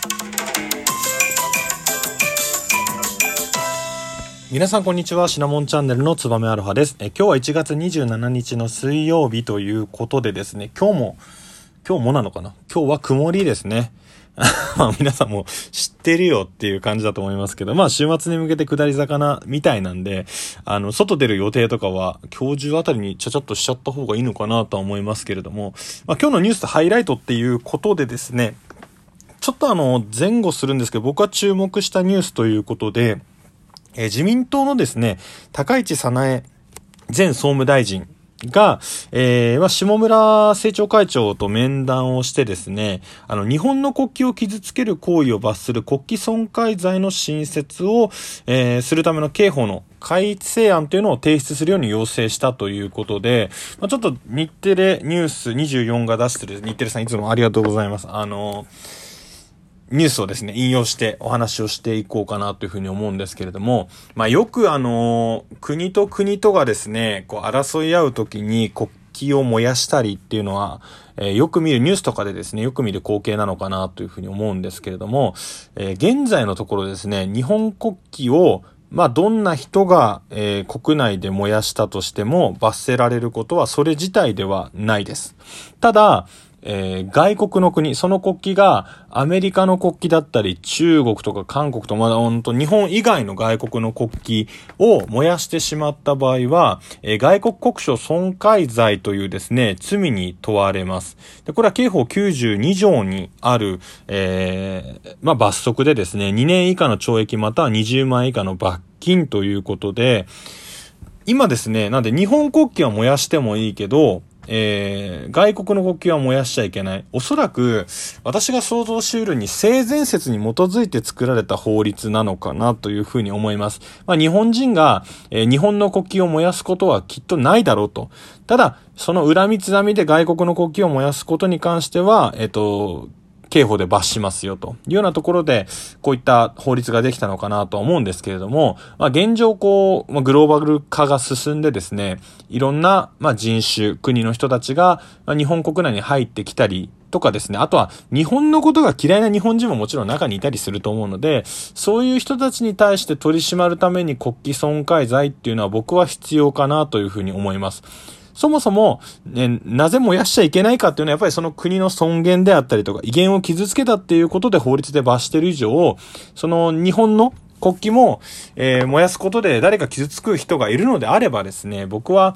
皆さんこんにちは。シナモンチャンネルのつばめアロハです。今日は1月27日の水曜日ということでですね、今日もなのかな、今日は曇りですね。皆さんも知ってるよっていう感じだと思いますけど、週末に向けて下り坂みたいなんで、外出る予定とかは今日中あたりにちゃちゃっとしちゃった方がいいのかなとは思いますけれども、今日のニュースハイライトっていうことでですね、ちょっと前後するんですけど、僕は注目したニュースということで、自民党のですね、高市早苗前総務大臣が、下村政調会長と面談をしてですね、日本の国旗を傷つける行為を罰する国旗損壊罪の新設を、するための刑法の改正案というのを提出するように要請したということで、ちょっと日テレニュース24が出してる、日テレさんいつもありがとうございます。ニュースをですね、引用してお話をしていこうかなというふうに思うんですけれども、よく国と国とがですね、争い合うときに国旗を燃やしたりっていうのは、よく見るニュースとかでですね、よく見る光景なのかなというふうに思うんですけれども、現在のところですね、日本国旗をどんな人が、国内で燃やしたとしても罰せられることはそれ自体ではないです。ただ、外国の国、その国旗がアメリカの国旗だったり中国とか韓国と日本以外の外国の国旗を燃やしてしまった場合は、外国国書損壊罪というですね、罪に問われます。で、これは刑法92条にある、罰則でですね、2年以下の懲役または20万円以下の罰金ということで、今ですね、なんで日本国旗は燃やしてもいいけど、外国の国旗は燃やしちゃいけない。おそらく私が想像しうるに性善説に基づいて作られた法律なのかなというふうに思います。日本人が、日本の国旗を燃やすことはきっとないだろうと。ただその恨みつらみで外国の国旗を燃やすことに関しては刑法で罰しますよというようなところでこういった法律ができたのかなとは思うんですけれども、現状グローバル化が進んでですね、いろんな人種、国の人たちが日本国内に入ってきたりとかですね、あとは日本のことが嫌いな日本人ももちろん中にいたりすると思うので、そういう人たちに対して取り締まるために国旗損壊罪っていうのは僕は必要かなというふうに思います。そもそも、なぜ燃やしちゃいけないかっていうのはやっぱりその国の尊厳であったりとか威厳を傷つけたっていうことで法律で罰してる以上、その日本の国旗も、燃やすことで誰か傷つく人がいるのであればですね、僕は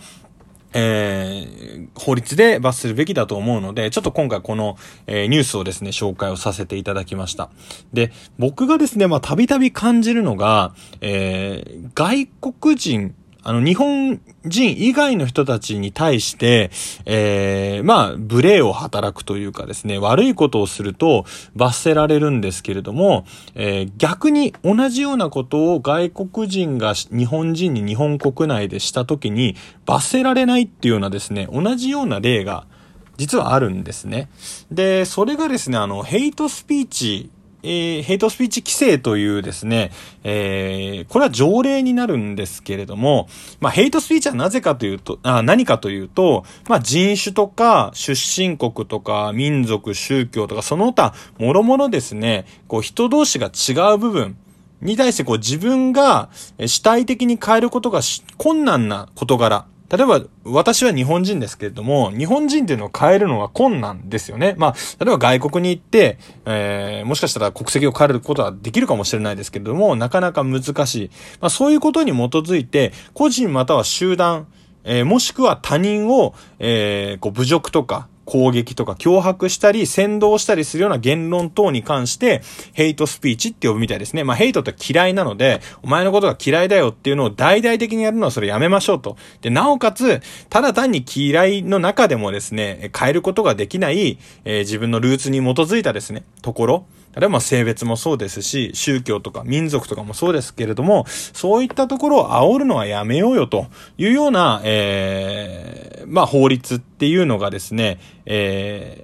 法律で罰するべきだと思うので、ちょっと今回この、ニュースをですね、紹介をさせていただきました。で、僕がですね、たびたび感じるのが、外国人、日本人以外の人たちに対して、無礼を働くというかですね、悪いことをすると罰せられるんですけれども、逆に同じようなことを外国人が日本人に日本国内でしたときに罰せられないっていうようなですね、同じような例が実はあるんですね。で、それがですね、ヘイトスピーチ規制というですね、これは条例になるんですけれども、ヘイトスピーチは何かというと、人種とか出身国とか民族、宗教とかその他、もろもろですね、人同士が違う部分に対して自分が主体的に変えることが困難な事柄。例えば、私は日本人ですけれども、日本人っていうのを変えるのは困難ですよね。例えば外国に行って、もしかしたら国籍を変えることはできるかもしれないですけれども、なかなか難しい。そういうことに基づいて、個人または集団、もしくは他人を、侮辱とか、攻撃とか脅迫したり扇動したりするような言論等に関してヘイトスピーチって呼ぶみたいですね。ヘイトって嫌いなので、お前のことが嫌いだよっていうのを大々的にやるのはそれやめましょうと。で、なおかつただ単に嫌いの中でもですね、変えることができない、自分のルーツに基づいたですね、ところ、例えば性別もそうですし、宗教とか民族とかもそうですけれども、そういったところを煽るのはやめようよというような、法律っていうのがですね、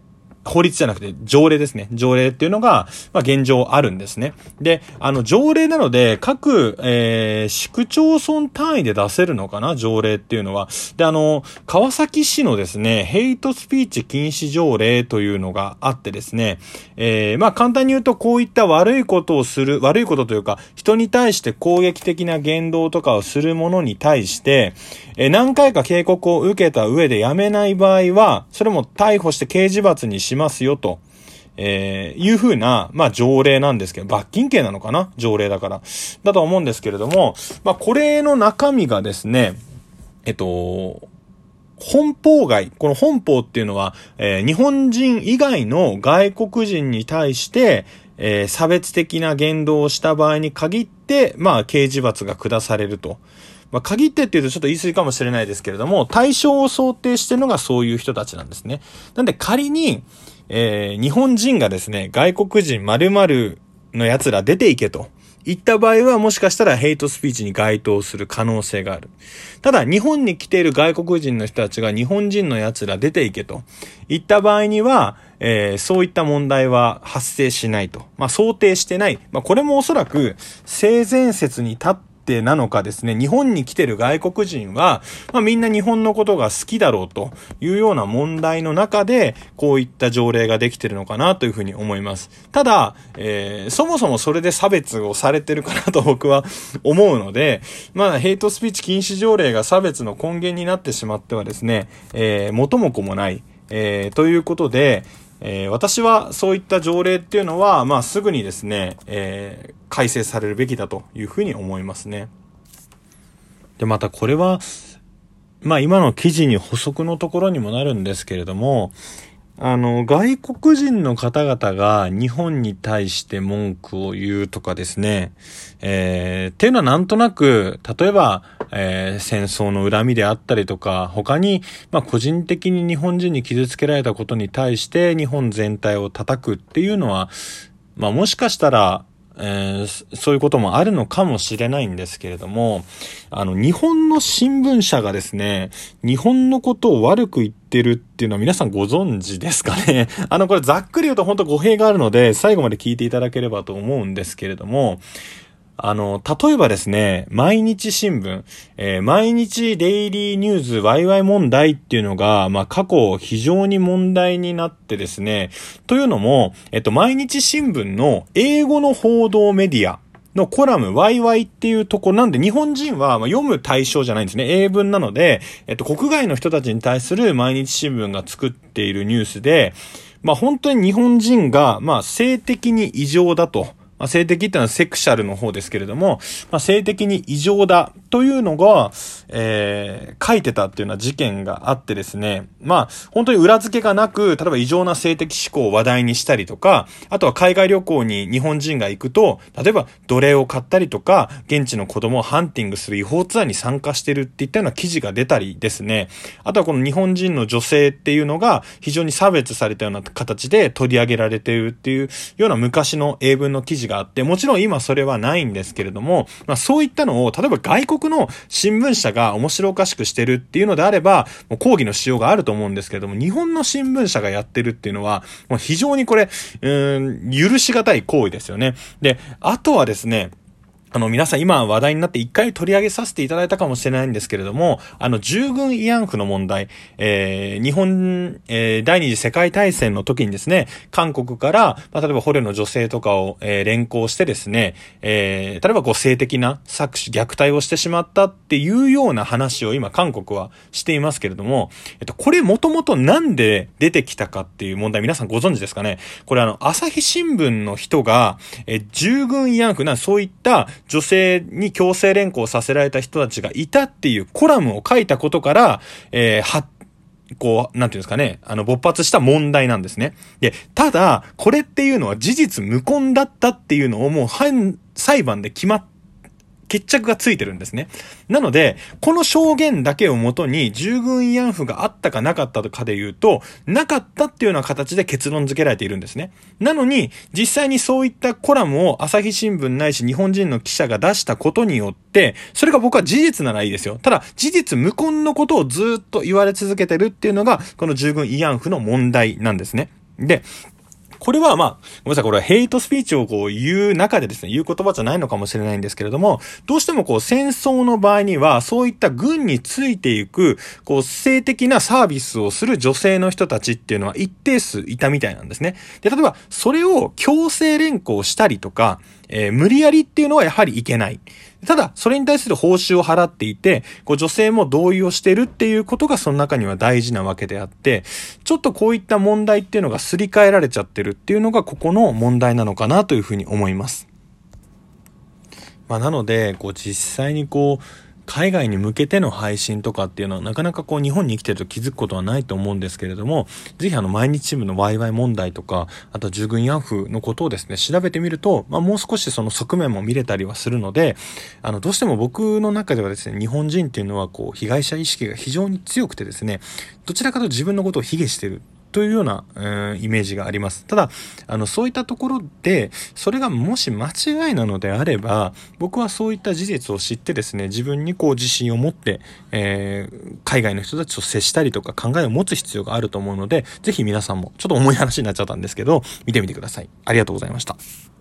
法律じゃなくて条例ですね。条例っていうのが、現状あるんですね。で、条例なので、各、市区町村単位で出せるのかな、条例っていうのは。で、川崎市のですね、ヘイトスピーチ禁止条例というのがあってですね、簡単に言うと、こういった悪いことというか、人に対して攻撃的な言動とかをする者に対して、何回か警告を受けた上でやめない場合は、それも逮捕して刑事罰にしますよと、いう風な、条例なんですけど、罰金刑なのかな、条例だから。だと思うんですけれども、これの中身がですね、本法外、この本法っていうのは、日本人以外の外国人に対して、差別的な言動をした場合に限って、刑事罰が下されると。限ってっていうとちょっと言い過ぎかもしれないですけれども、対象を想定してるのがそういう人たちなんですね。なんで仮に、日本人がですね、外国人〇〇の奴ら出ていけと言った場合は、もしかしたらヘイトスピーチに該当する可能性がある。ただ、日本に来ている外国人の人たちが日本人の奴ら出ていけと言った場合には、そういった問題は発生しないと。想定してない。これもおそらく性善説に立ってなのかですね、日本に来てる外国人は、みんな日本のことが好きだろうというような問題の中で、こういった条例ができてるのかなというふうに思います。ただ、そもそもそれで差別をされてるかなと僕は思うので、ヘイトスピーチ禁止条例が差別の根源になってしまってはですね、元も子もない、ということで、私はそういった条例っていうのは、すぐにですね、改正されるべきだというふうに思いますね。で、またこれは、今の記事に補足のところにもなるんですけれども、外国人の方々が日本に対して文句を言うとかですね、っていうのはなんとなく、例えば、戦争の恨みであったりとか、他に、個人的に日本人に傷つけられたことに対して日本全体を叩くっていうのは、もしかしたら、そういうこともあるのかもしれないんですけれども、日本の新聞社がですね、日本のことを悪く言ってるっていうのは皆さんご存知ですかね。これざっくり言うと本当語弊があるので、最後まで聞いていただければと思うんですけれども、例えばですね、毎日新聞、毎日デイリーニューズワイワイ問題っていうのが、過去非常に問題になってですね、というのも、毎日新聞の英語の報道メディアのコラムワイワイっていうとこなんで、日本人は読む対象じゃないんですね。英文なので、国外の人たちに対する毎日新聞が作っているニュースで、本当に日本人が、性的に異常だと。性的ってのはセクシャルの方ですけれども、性的に異常だというのが、書いてたっていうような事件があってですね、本当に裏付けがなく、例えば異常な性的思考を話題にしたりとか、あとは海外旅行に日本人が行くと、例えば奴隷を買ったりとか、現地の子供をハンティングする違法ツアーに参加してるっていったような記事が出たりですね、あとはこの日本人の女性っていうのが非常に差別されたような形で取り上げられているっていうような昔の英文の記事があって、もちろん今それはないんですけれども、そういったのを、例えば外国の新聞社が面白おかしくしてるっていうのであれば、もう抗議のしようがあると思うんですけれども、日本の新聞社がやってるっていうのは、もう非常にこれ、許しがたい行為ですよね。で、あとはですね、皆さん今話題になって一回取り上げさせていただいたかもしれないんですけれども、従軍慰安婦の問題、日本、第二次世界大戦の時にですね、韓国から、例えば捕虜の女性とかを、連行してですね、例えば性的な搾取、虐待をしてしまったっていうような話を今韓国はしていますけれども、これもともとなんで出てきたかっていう問題皆さんご存知ですかね。これ朝日新聞の人が、従軍慰安婦そういった女性に強制連行させられた人たちがいたっていうコラムを書いたことから、なんていうんですかね、勃発した問題なんですね。で、ただ、これっていうのは事実無根だったっていうのをもう裁判で決着がついてるんですね。なので、この証言だけをもとに従軍慰安婦があったかなかったかで言うと、なかったっていうような形で結論付けられているんですね。なのに、実際にそういったコラムを朝日新聞ないし日本人の記者が出したことによって、それが僕は事実ならいいですよ。ただ、事実無根のことをずっと言われ続けてるっていうのが、この従軍慰安婦の問題なんですね。 で、これはごめんなさい、これはヘイトスピーチを言う中でですね、言う言葉じゃないのかもしれないんですけれども、どうしても戦争の場合には、そういった軍についていく、性的なサービスをする女性の人たちっていうのは一定数いたみたいなんですね。で、例えば、それを強制連行したりとか、無理やりっていうのはやはりいけない。ただ、それに対する報酬を払っていて、女性も同意をしてるっていうことがその中には大事なわけであって、ちょっとこういった問題っていうのがすり替えられちゃってるっていうのがここの問題なのかなというふうに思います。なので、実際に海外に向けての配信とかっていうのはなかなか日本に生きてると気づくことはないと思うんですけれども、ぜひ毎日新聞のワイワイ問題とか、あと従軍慰安婦のことをですね、調べてみると、もう少しその側面も見れたりはするので、どうしても僕の中ではですね、日本人っていうのは被害者意識が非常に強くてですね、どちらかと自分のことを卑下しているというような、イメージがあります。ただ、そういったところで、それがもし間違いなのであれば、僕はそういった事実を知ってですね、自分に自信を持って、海外の人たちと接したりとか考えを持つ必要があると思うので、ぜひ皆さんも、ちょっと重い話になっちゃったんですけど、見てみてください。ありがとうございました。